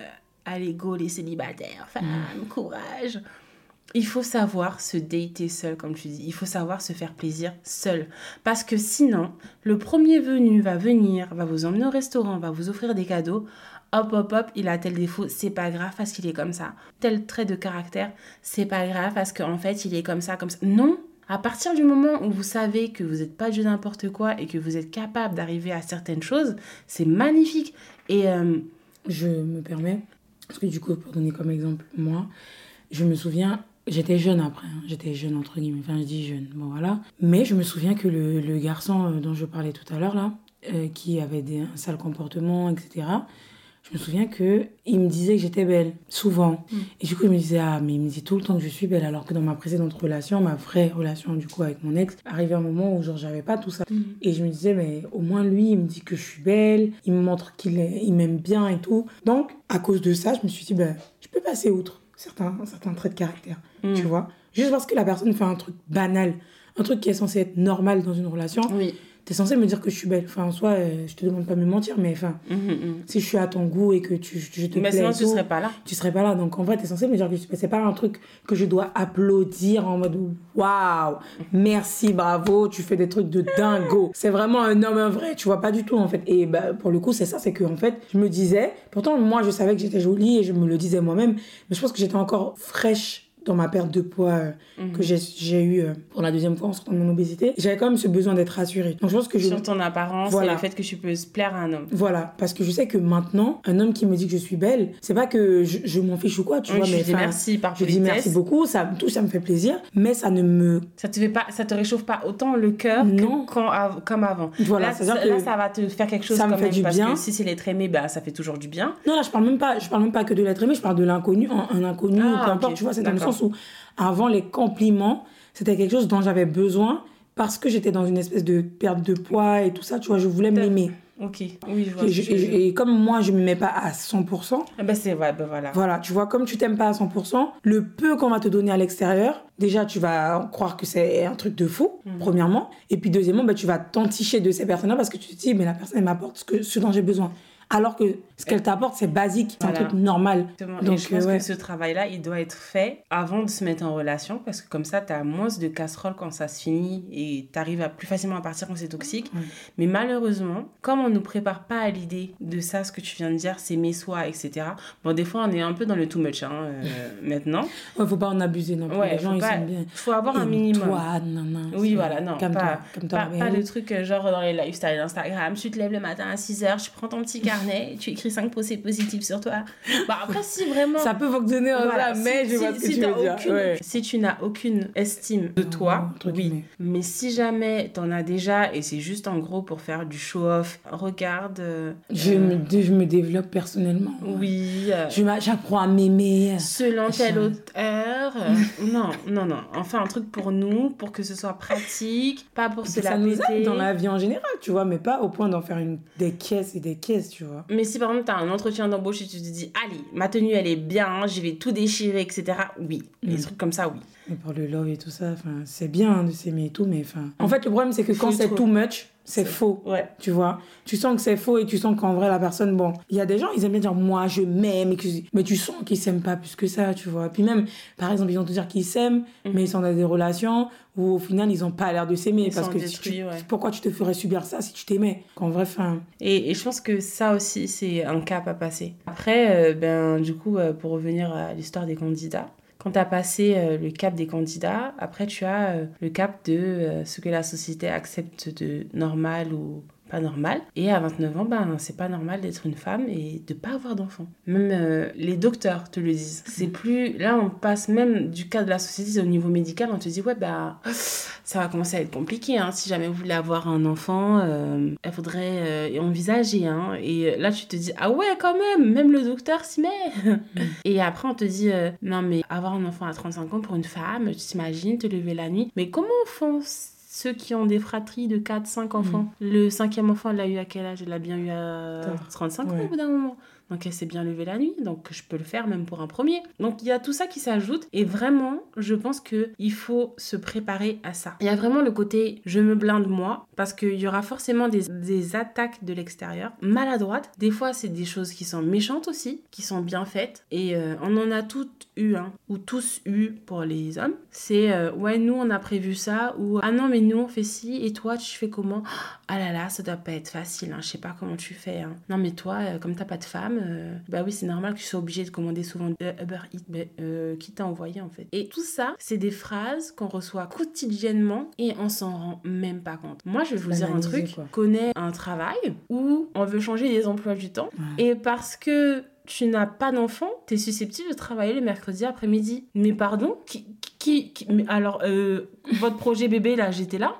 à l'ego, les célibataires, femme, courage. Il faut savoir se dater seul, comme tu dis. Il faut savoir se faire plaisir seul. Parce que sinon, le premier venu va venir, va vous emmener au restaurant, va vous offrir des cadeaux. Hop, il a tel défaut, c'est pas grave parce qu'il est comme ça. Tel trait de caractère, c'est pas grave parce qu'en fait, il est comme ça. Non, à partir du moment où vous savez que vous n'êtes pas du n'importe quoi et que vous êtes capable d'arriver à certaines choses, c'est magnifique. Et je me permets, parce que du coup, pour donner comme exemple, moi, je me souviens... J'étais jeune après, j'étais jeune entre guillemets, enfin je dis jeune, bon voilà. Mais je me souviens que le garçon dont je parlais tout à l'heure là, qui avait un sale comportement, etc., je me souviens qu'il me disait que j'étais belle, souvent. Et du coup, il me disait, mais il me dit tout le temps que je suis belle, alors que dans ma précédente relation, ma vraie relation du coup avec mon ex, arrivait un moment où genre j'avais pas tout ça. Et je me disais, mais au moins lui, il me dit que je suis belle, il me montre qu'il m'aime bien et tout. Donc, à cause de ça, je me suis dit, je peux passer outre certains traits de caractère, tu vois. Juste parce que la personne fait un truc banal, un truc qui est censé être normal dans une relation. Oui. T'es censé me dire que je suis belle. Enfin, en soi, je te demande pas de me mentir, mais enfin, si je suis à ton goût et que je te plais... Mais sinon, tu serais pas là. Tu serais pas là. Donc, en vrai, t'es censé me dire que je suis belle. C'est pas un truc que je dois applaudir en mode waouh, merci, bravo, tu fais des trucs de dingo. C'est vraiment un homme, un vrai. Tu vois, pas du tout, en fait. Et pour le coup, c'est ça, c'est que, en fait, je me disais... Pourtant, moi, je savais que j'étais jolie et je me le disais moi-même, mais je pense que j'étais encore fraîche dans ma perte de poids que j'ai eu pour la deuxième fois en sortant de mon obésité, j'avais quand même ce besoin d'être rassurée. Donc je pense que sur ton apparence et le fait que tu peux se plaire à un homme. Voilà, parce que je sais que maintenant, un homme qui me dit que je suis belle, c'est pas que je m'en fiche ou quoi, tu vois, mais je dis merci par politesse. Je dis merci beaucoup, ça me touche, ça me fait plaisir, mais ça ne me... Ça te réchauffe pas autant le cœur comme avant. Voilà, là, ça va te faire quelque chose ça me fait du parce bien. Que si c'est l'être aimé, ça fait toujours du bien. Non, là, je parle même pas que de l'être aimé, je parle de l'inconnu, un inconnu, peu importe, tu vois, c'est dans le sens où avant les compliments, c'était quelque chose dont j'avais besoin parce que j'étais dans une espèce de perte de poids et tout ça, tu vois, je voulais m'aimer. Ok, oui, je vois. Et comme moi, je ne m'aimais pas à 100%. C'est vrai, voilà. Voilà, tu vois, comme tu t'aimes pas à 100%, le peu qu'on va te donner à l'extérieur, déjà, tu vas croire que c'est un truc de fou, premièrement. Et puis, deuxièmement, tu vas t'enticher de ces personnes-là parce que tu te dis, mais la personne, elle m'apporte ce dont j'ai besoin. Alors que ce qu'elle t'apporte, c'est basique, c'est un truc normal. Exactement. Donc, je pense que ce travail-là, il doit être fait avant de se mettre en relation parce que comme ça, tu as moins de casseroles quand ça se finit et tu arrives plus facilement à partir quand c'est toxique. Mais malheureusement, comme on ne nous prépare pas à l'idée de ça, ce que tu viens de dire, s'aimer soi, etc. Bon, des fois, on est un peu dans le too much maintenant. Ouais, faut pas en abuser non plus. Les gens, ils sont bien. Faut avoir un minimum. Toi, non. Oui, voilà, non. Pas de trucs genre dans les lifestyles Instagram. Tu te lèves le matin à 6h, tu prends ton petit carnet, tu écris 5 pensées positives sur toi. Après, si vraiment... Ça peut fonctionner en ça, mais je vois ce que tu veux dire. Si tu n'as aucune estime de toi, oui. Mais si jamais t'en as déjà et c'est juste en gros pour faire du show-off, regarde... Je me développe personnellement. Oui. J'apprends à m'aimer. Selon telle auteur. Non. Enfin, un truc pour nous, pour que ce soit pratique, pas pour se la péter. Ça nous aide dans la vie en général, tu vois, mais pas au point d'en faire des caisses et des caisses, tu vois. vois. Mais si par exemple, tu as un entretien d'embauche et tu te dis, allez, ma tenue, elle est bien, je vais tout déchirer, etc. Oui, des trucs comme ça, oui. Mais pour le love et tout ça, c'est bien de s'aimer et tout, mais en fait, le problème, c'est que quand c'est too much, c'est faux. Ouais. Tu vois, tu sens que c'est faux et tu sens qu'en vrai, la personne, bon, il y a des gens, ils aiment bien dire, moi, je m'aime, mais tu sens qu'ils s'aiment pas plus que ça, tu vois. Puis même, par exemple, ils vont te dire qu'ils s'aiment, mais ils sont dans des relations où au final, ils ont pas l'air de s'aimer. Parce que pourquoi tu te ferais subir ça si tu t'aimais? Qu'en vrai, Et je pense que ça aussi, c'est un cap à passer. Après, du coup, pour revenir à l'histoire des candidats, quand tu as passé le cap des candidats, après tu as le cap de ce que la société accepte de normal ou pas normal. Et à 29 ans, c'est pas normal d'être une femme et de pas avoir d'enfant. Même les docteurs te le disent. C'est plus... Là, on passe même du cas de la société au niveau médical. On te dit, ça va commencer à être compliqué. Hein. Si jamais vous voulez avoir un enfant, il faudrait envisager. Hein. Et là, tu te dis, ah ouais, quand même le docteur s'y met. Et après, on te dit, non, mais avoir un enfant à 35 ans pour une femme, tu t'imagines te lever la nuit. Mais comment font ceux qui ont des fratries de 4-5 enfants? Le 5e enfant, elle l'a eu à quel âge? Elle l'a bien eu à 35 ans au bout d'un moment. Donc elle s'est bien levée la nuit, donc je peux le faire même pour un premier. Donc il y a tout ça qui s'ajoute et vraiment, je pense qu'il faut se préparer à ça. Il y a vraiment le côté je me blinde moi parce qu'il y aura forcément des attaques de l'extérieur maladroites. Des fois, c'est des choses qui sont méchantes aussi, qui sont bien faites et on en a toutes eu, ou tous eu pour les hommes. C'est ouais, nous on a prévu ça ou ah non, mais nous on fait ci et toi tu fais comment? Ah là là, ça doit pas être facile, je sais pas comment tu fais. Non, mais toi, comme t'as pas de femme, oui, c'est normal que tu sois obligée de commander souvent Uber Eats, qui t'a envoyé en fait. Et tout ça, c'est des phrases qu'on reçoit quotidiennement et on s'en rend même pas compte. Moi, je vais vous dire un truc. Je connais un travail où on veut changer les emplois du temps et parce que tu n'as pas d'enfant, t'es susceptible de travailler le mercredi après-midi. Mais pardon, alors, votre projet bébé, là, j'étais là.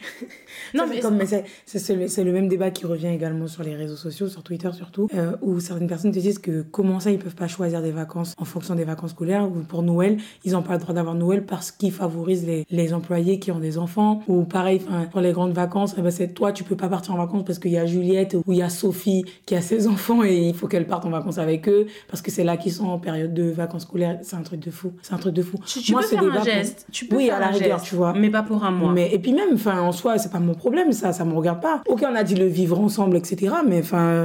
Non, c'est le même débat qui revient également sur les réseaux sociaux, sur Twitter surtout, où certaines personnes te disent que comment ça, ils peuvent pas choisir des vacances en fonction des vacances scolaires, ou pour Noël, ils n'ont pas le droit d'avoir Noël parce qu'ils favorisent les employés qui ont des enfants, ou pareil, pour les grandes vacances, c'est toi, tu peux pas partir en vacances parce qu'il y a Juliette ou il y a Sophie qui a ses enfants et il faut qu'elle parte en vacances avec eux parce que c'est là qu'ils sont en période de vacances scolaires. C'est un truc de fou. Moi, peux faire un geste. Tu peux faire à la rigueur, tu vois. Mais pas pour un mois. Et puis même, en soi, c'est pas mon problème, ça me regarde pas. Ok, on a dit le vivre ensemble, etc. Mais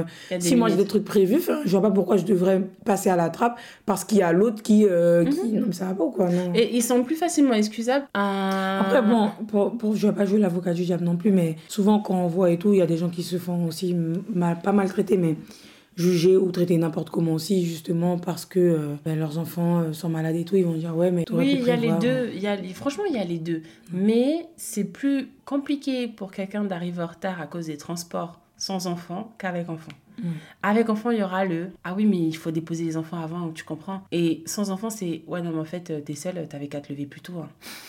si moi j'ai des trucs prévus, je vois pas pourquoi je devrais passer à la trappe parce qu'il y a l'autre qui non, mais ça va pas ou quoi, non. Et ils sont plus facilement excusables. Après, bon, je vais pas jouer l'avocat du diable non plus, mais souvent quand on voit et tout, il y a des gens qui se font aussi pas maltraiter, mais juger ou traiter n'importe comment aussi, justement parce que leurs enfants sont malades et tout, ils vont dire ouais, mais oui, il y a les deux. Franchement, il y a les deux. Mais c'est plus compliqué pour quelqu'un d'arriver en retard à cause des transports sans enfant qu'avec enfant. Avec enfant, il y aura ah oui, mais il faut déposer les enfants avant, tu comprends. Et sans enfant, c'est ouais, non, mais en fait, t'es seule, t'avais qu'à te lever plus tôt.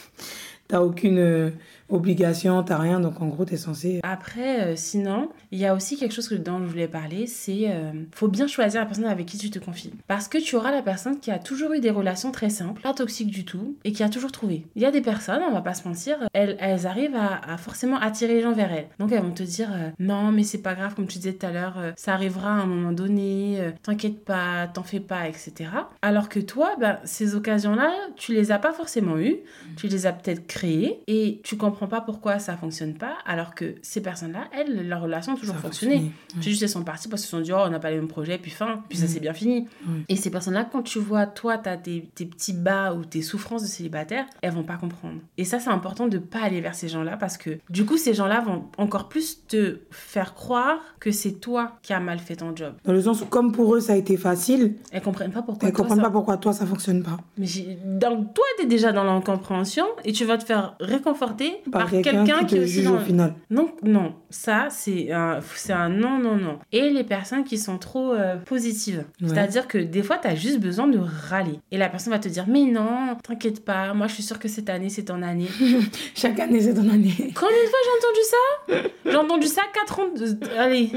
T'as aucune obligation, t'as rien, donc en gros, t'es censé... Après, sinon, il y a aussi quelque chose dont je voulais parler, c'est faut bien choisir la personne avec qui tu te confies. Parce que tu auras la personne qui a toujours eu des relations très simples, pas toxiques du tout, et qui a toujours trouvé. Il y a des personnes, on va pas se mentir, elles arrivent à forcément attirer les gens vers elles. Donc elles vont te dire, non, mais c'est pas grave, comme tu disais tout à l'heure, ça arrivera à un moment donné, t'inquiète pas, t'en fais pas, etc. Alors que toi, ces occasions-là, tu les as pas forcément eues, tu les as peut-être créées, et tu comprends pas pourquoi ça fonctionne pas, alors que ces personnes-là, elles, leur relation a toujours fonctionné. C'est juste elles sont parties parce qu'ils se sont dit on n'a pas les mêmes projets, puis ça s'est bien fini. Et ces personnes-là, quand tu vois toi t'as tes petits bas ou tes souffrances de célibataire, elles vont pas comprendre. Et ça, c'est important de pas aller vers ces gens-là parce que du coup ces gens-là vont encore plus te faire croire que c'est toi qui as mal fait ton job. Dans le sens où comme pour eux ça a été facile, elles comprennent pas pourquoi toi ça fonctionne pas. Mais toi t'es déjà dans l'incompréhension et tu vas te faire réconforter par quelqu'un qui te juge au final. Non, ça c'est un non. Et les personnes qui sont trop positives, c'est-à-dire que des fois t'as juste besoin de râler et la personne va te dire mais non, t'inquiète pas, moi je suis sûre que cette année c'est ton année. Chaque année c'est ton année. Combien de fois j'ai entendu ça? J'ai entendu ça 4 ans. Allez.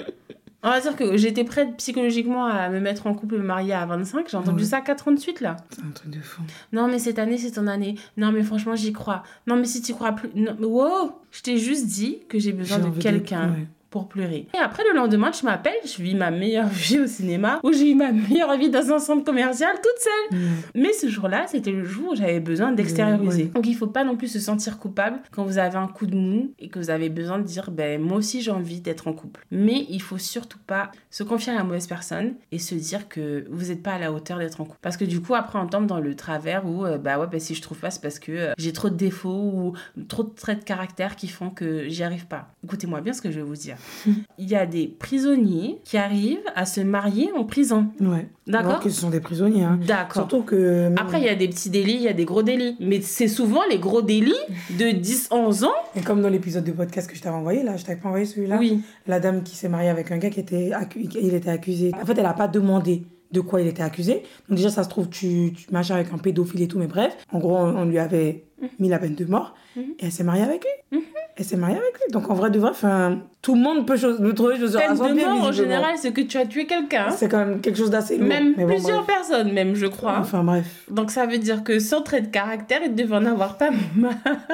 On va dire que j'étais prête psychologiquement à me mettre en couple, me marier à 25. J'ai entendu ça 4 ans de suite, là. C'est un truc de fou. Non, mais cette année, c'est ton année. Non, mais franchement, j'y crois. Non, mais si t'y crois plus... Non, mais wow! Je t'ai juste dit que j'ai besoin de quelqu'un pour pleurer. Et après, le lendemain, tu m'appelles, je vis ma meilleure vie au cinéma, où j'ai eu ma meilleure vie dans un centre commercial toute seule. Mais ce jour-là, c'était le jour où j'avais besoin d'extérioriser. Donc, il faut pas non plus se sentir coupable quand vous avez un coup de mou et que vous avez besoin de dire, moi aussi, j'ai envie d'être en couple. Mais il faut surtout pas se confier à la mauvaise personne et se dire que vous n'êtes pas à la hauteur d'être en couple. Parce que du coup, après, on tombe dans le travers où, si je trouve pas, c'est parce que j'ai trop de défauts ou trop de traits de caractère qui font que j'y arrive pas. Écoutez-moi bien ce que je vais vous dire. Il y a des prisonniers qui arrivent à se marier en prison. Ouais. D'accord. Alors que ce sont des prisonniers. Hein. D'accord. Surtout que... Après, il y a des petits délits, il y a des gros délits. Mais c'est souvent les gros délits de 10-11 ans. Et comme dans l'épisode de podcast que je t'avais envoyé, là, je t'avais pas envoyé celui-là. Oui. La dame qui s'est mariée avec un gars qui était il était accusé. En fait, elle a pas demandé de quoi il était accusé. Donc déjà, ça se trouve, tu marches avec un pédophile et tout, mais bref. En gros, on lui avait mis la peine de mort. Et elle s'est mariée avec lui. Elle s'est mariée avec lui. Donc en vrai, de vrai, tout le monde peut trouver chaussure à son pied. Peine de mort, en général, c'est que tu as tué quelqu'un. C'est quand même quelque chose d'assez lourd. Même mais plusieurs personnes, même, je crois. Enfin, bref. Donc ça veut dire que sans trait de caractère, ils devaient en avoir pas mal.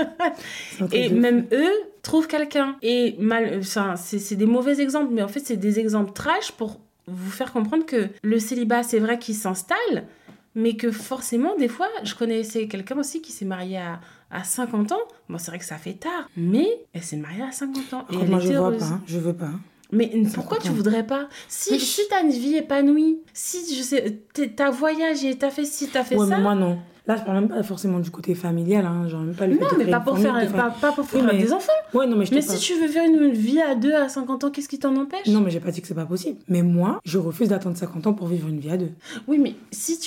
Et même eux trouvent quelqu'un. Et c'est des mauvais exemples, mais en fait, c'est des exemples trash pour vous faire comprendre que le célibat, c'est vrai qu'il s'installe, mais que forcément, des fois, je connaissais quelqu'un aussi qui s'est marié à 50 ans. Bon, c'est vrai que ça fait tard, mais elle s'est mariée à 50 ans. Et moi, elle était heureuse. Je veux pas. Mais pourquoi tu voudrais pas? Si t'as une vie épanouie, si, je sais, t'as voyagé, t'as fait ci, t'as fait ça... mais moi, non. Là, je parle même pas forcément du côté familial, hein. Genre, même pas le fait de mais pas pour faire des enfants. Ouais, non, mais si tu veux faire une vie à 2 à 50 ans, qu'est-ce qui t'en empêche? Non, mais j'ai pas dit que c'est pas possible. Mais moi, je refuse d'attendre 50 ans pour vivre une vie à 2. Oui, mais si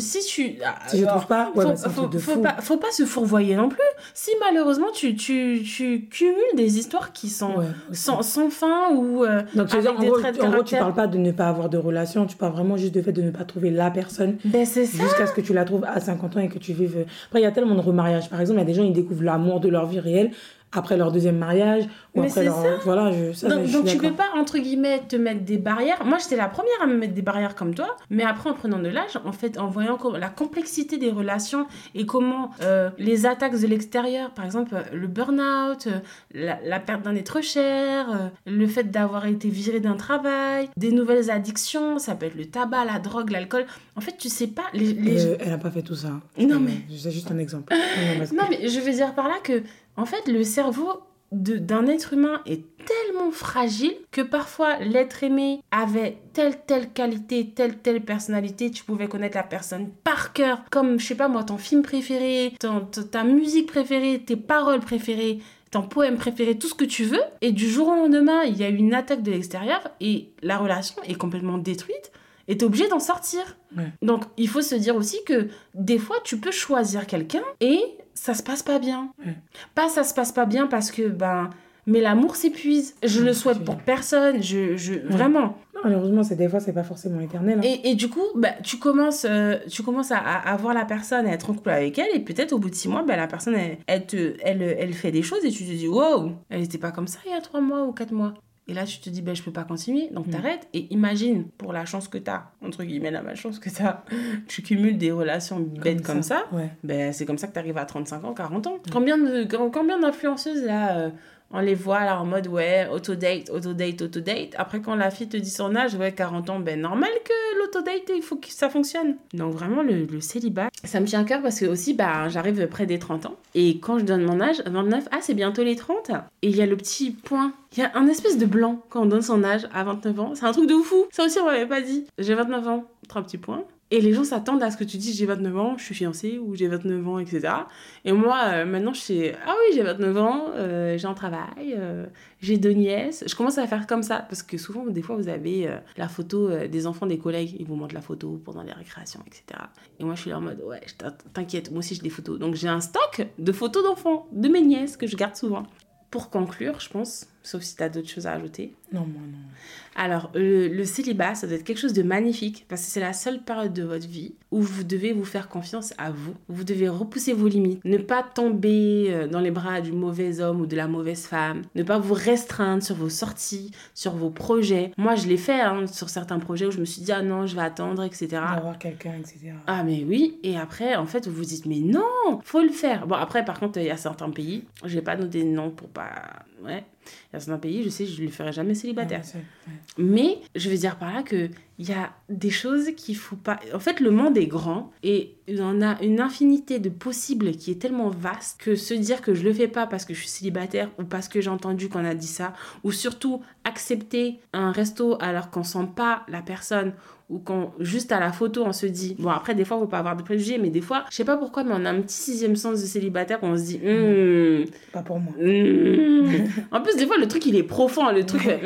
je trouve pas, faut pas se fourvoyer non plus. Si malheureusement tu cumules des histoires qui sont sans fin ou donc tu veux dire, en gros, tu parles pas de ne pas avoir de relation, tu parles vraiment juste du fait de ne pas trouver la personne. C'est ça. Jusqu'à ce que tu la trouves à 50 ans et que tu vives. Après, il y a tellement de remariages. Par exemple, il y a des gens, ils découvrent l'amour de leur vie réelle après leur deuxième mariage ou mais après leur... ça. Voilà, donc tu peux pas, entre guillemets, te mettre des barrières. Moi, j'étais la première à me mettre des barrières comme toi, mais après, en prenant de l'âge, en fait, en voyant la complexité des relations et comment les attaques de l'extérieur, par exemple, le burn-out, la perte d'un être cher, le fait d'avoir été viré d'un travail, des nouvelles addictions, ça peut être le tabac, la drogue, l'alcool. En fait, tu sais pas... Elle a pas fait tout ça. Non, mais... C'est juste un exemple. Non, mais je veux dire par là que, en fait, le cerveau d'un être humain est tellement fragile que parfois l'être aimé avait telle qualité, telle personnalité, tu pouvais connaître la personne par cœur, comme, je sais pas moi, ton film préféré, ta musique préférée, tes paroles préférées, ton poème préféré, tout ce que tu veux, et du jour au lendemain, il y a eu une attaque de l'extérieur et la relation est complètement détruite et t'es obligé d'en sortir. Ouais. Donc, il faut se dire aussi que des fois, tu peux choisir quelqu'un et ça se passe pas bien. Pas ça se passe pas bien parce que, mais l'amour s'épuise. Je le souhaite pour personne. Vraiment. Non, malheureusement, des fois, c'est pas forcément éternel. Hein. Et du coup, tu commences à voir la personne, à être en couple avec elle, et peut-être au bout de 6 mois, la personne, elle fait des choses et tu te dis, wow, elle était pas comme ça il y a 3 mois ou 4 mois. Et là, tu te dis, je peux pas continuer, donc t'arrêtes. Et imagine, pour la chance que t'as, entre guillemets, la malchance que t'as, tu cumules des relations bêtes comme ça. C'est comme ça que t'arrives à 35 ans, 40 ans. Combien d'influenceuses, là, on les voit, là, en mode, autodate. Après, quand la fille te dit son âge, 40 ans, normal que l'autodate, il faut que ça fonctionne. Donc, vraiment, le célibat, ça me tient à cœur parce que aussi, j'arrive près des 30 ans. Et quand je donne mon âge, 29, c'est bientôt les 30. Et il y a le petit point. Il y a un espèce de blanc quand on donne son âge à 29 ans. C'est un truc de fou. Ça aussi, on m'avait pas dit. J'ai 29 ans, 3 petits points. Et les gens s'attendent à ce que tu dises j'ai 29 ans, je suis fiancée, ou j'ai 29 ans, etc. Et moi, maintenant, je sais, ah oui, j'ai 29 ans, j'ai un travail, j'ai 2 nièces. Je commence à faire comme ça, parce que souvent, des fois, vous avez la photo des enfants des collègues, ils vous montrent la photo pendant les récréations, etc. Et moi, je suis là en mode, t'inquiète, moi aussi, j'ai des photos. Donc, j'ai un stock de photos d'enfants, de mes nièces, que je garde souvent. Pour conclure, je pense, sauf si tu as d'autres choses à ajouter. Non, moi, non. Alors, le célibat, ça doit être quelque chose de magnifique parce que c'est la seule période de votre vie où vous devez vous faire confiance à vous. Vous devez repousser vos limites, ne pas tomber dans les bras du mauvais homme ou de la mauvaise femme, ne pas vous restreindre sur vos sorties, sur vos projets. Moi, je l'ai fait sur certains projets où je me suis dit, ah non, je vais attendre, etc. D'avoir quelqu'un, etc. Ah, mais oui. Et après, en fait, vous vous dites, mais non, faut le faire. Bon, après, par contre, il y a certains pays, je vais pas noter de nom pour pas... Il y a certains pays, je sais, je ne le ferai jamais célibataire. Ouais. Mais je veux dire par là qu'il y a des choses qu'il ne faut pas... En fait, le monde est grand et il y en a une infinité de possibles qui est tellement vaste que se dire que je ne le fais pas parce que je suis célibataire ou parce que j'ai entendu qu'on a dit ça, ou surtout accepter un resto alors qu'on ne sent pas la personne, ou quand juste à la photo on se dit, bon après des fois il ne faut pas avoir de préjugés, mais des fois je sais pas pourquoi, mais on a un petit sixième sens de célibataire où on se dit pas pour moi. En plus des fois le truc il est profond, le truc fait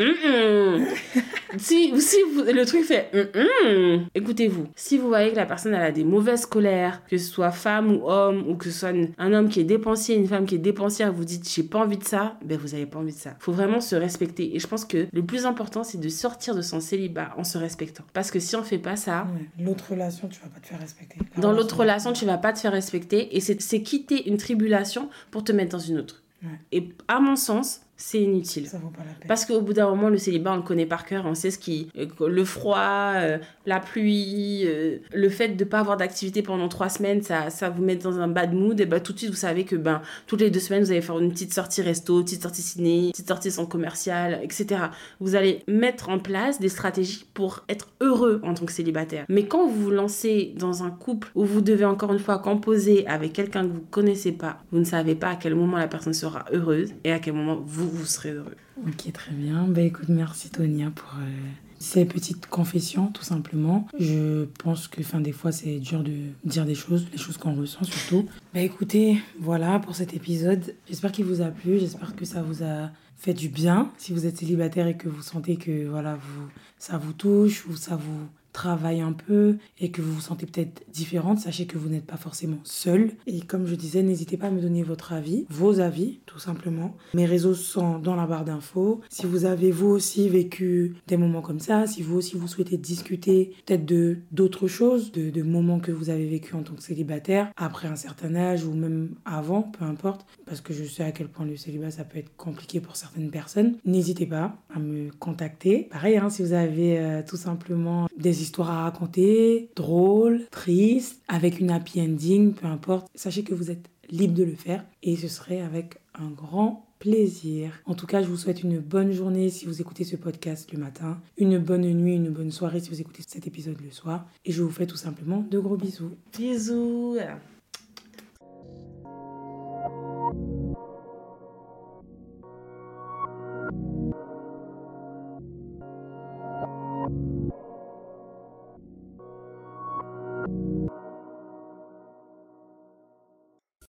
si le truc fait écoutez-vous, si vous voyez que la personne elle a des mauvaises colères, que ce soit femme ou homme, ou que ce soit un homme qui est dépensier, une femme qui est dépensière, vous dites j'ai pas envie de ça, ben vous avez pas envie de ça. Faut vraiment se respecter, et je pense que le plus important c'est de sortir de son célibat en se respectant, parce que si on fait pas ça, l'autre relation tu vas pas te faire respecter. Dans l'autre relation tu vas pas te faire respecter, et c'est quitter une tribulation pour te mettre dans une autre. Et à mon sens c'est inutile. Ça vaut pas la peine. Parce qu'au bout d'un moment, le célibat, on le connaît par cœur. On sait le froid, la pluie, le fait de ne pas avoir d'activité pendant 3 semaines, ça vous met dans un bad mood. Et ben, tout de suite, vous savez que toutes les 2 semaines, vous allez faire une petite sortie resto, une petite sortie ciné, une petite sortie centre commercial, etc. Vous allez mettre en place des stratégies pour être heureux en tant que célibataire. Mais quand vous vous lancez dans un couple où vous devez encore une fois composer avec quelqu'un que vous ne connaissez pas, vous ne savez pas à quel moment la personne sera heureuse et à quel moment vous serez heureux. Ok, très bien. Écoute, merci Tonia pour ces petites confessions, tout simplement. Je pense que des fois, c'est dur de dire des choses, les choses qu'on ressent surtout. Écoutez, voilà pour cet épisode. J'espère qu'il vous a plu, j'espère que ça vous a fait du bien. Si vous êtes célibataire et que vous sentez que ça vous touche ou ça vous travaille un peu et que vous vous sentez peut-être différente, sachez que vous n'êtes pas forcément seul. Et comme je disais, n'hésitez pas à me donner votre avis, vos avis, tout simplement. Mes réseaux sont dans la barre d'infos. Si vous avez vous aussi vécu des moments comme ça, si vous aussi vous souhaitez discuter peut-être d'autres choses, de moments que vous avez vécu en tant que célibataire, après un certain âge ou même avant, peu importe, parce que je sais à quel point le célibat ça peut être compliqué pour certaines personnes, n'hésitez pas à me contacter. Pareil, si vous avez tout simplement des histoires à raconter, drôles, tristes, avec une happy ending, peu importe. Sachez que vous êtes libre de le faire et ce serait avec un grand plaisir. En tout cas, je vous souhaite une bonne journée si vous écoutez ce podcast le matin, une bonne nuit, une bonne soirée si vous écoutez cet épisode le soir et je vous fais tout simplement de gros bisous. Bisous.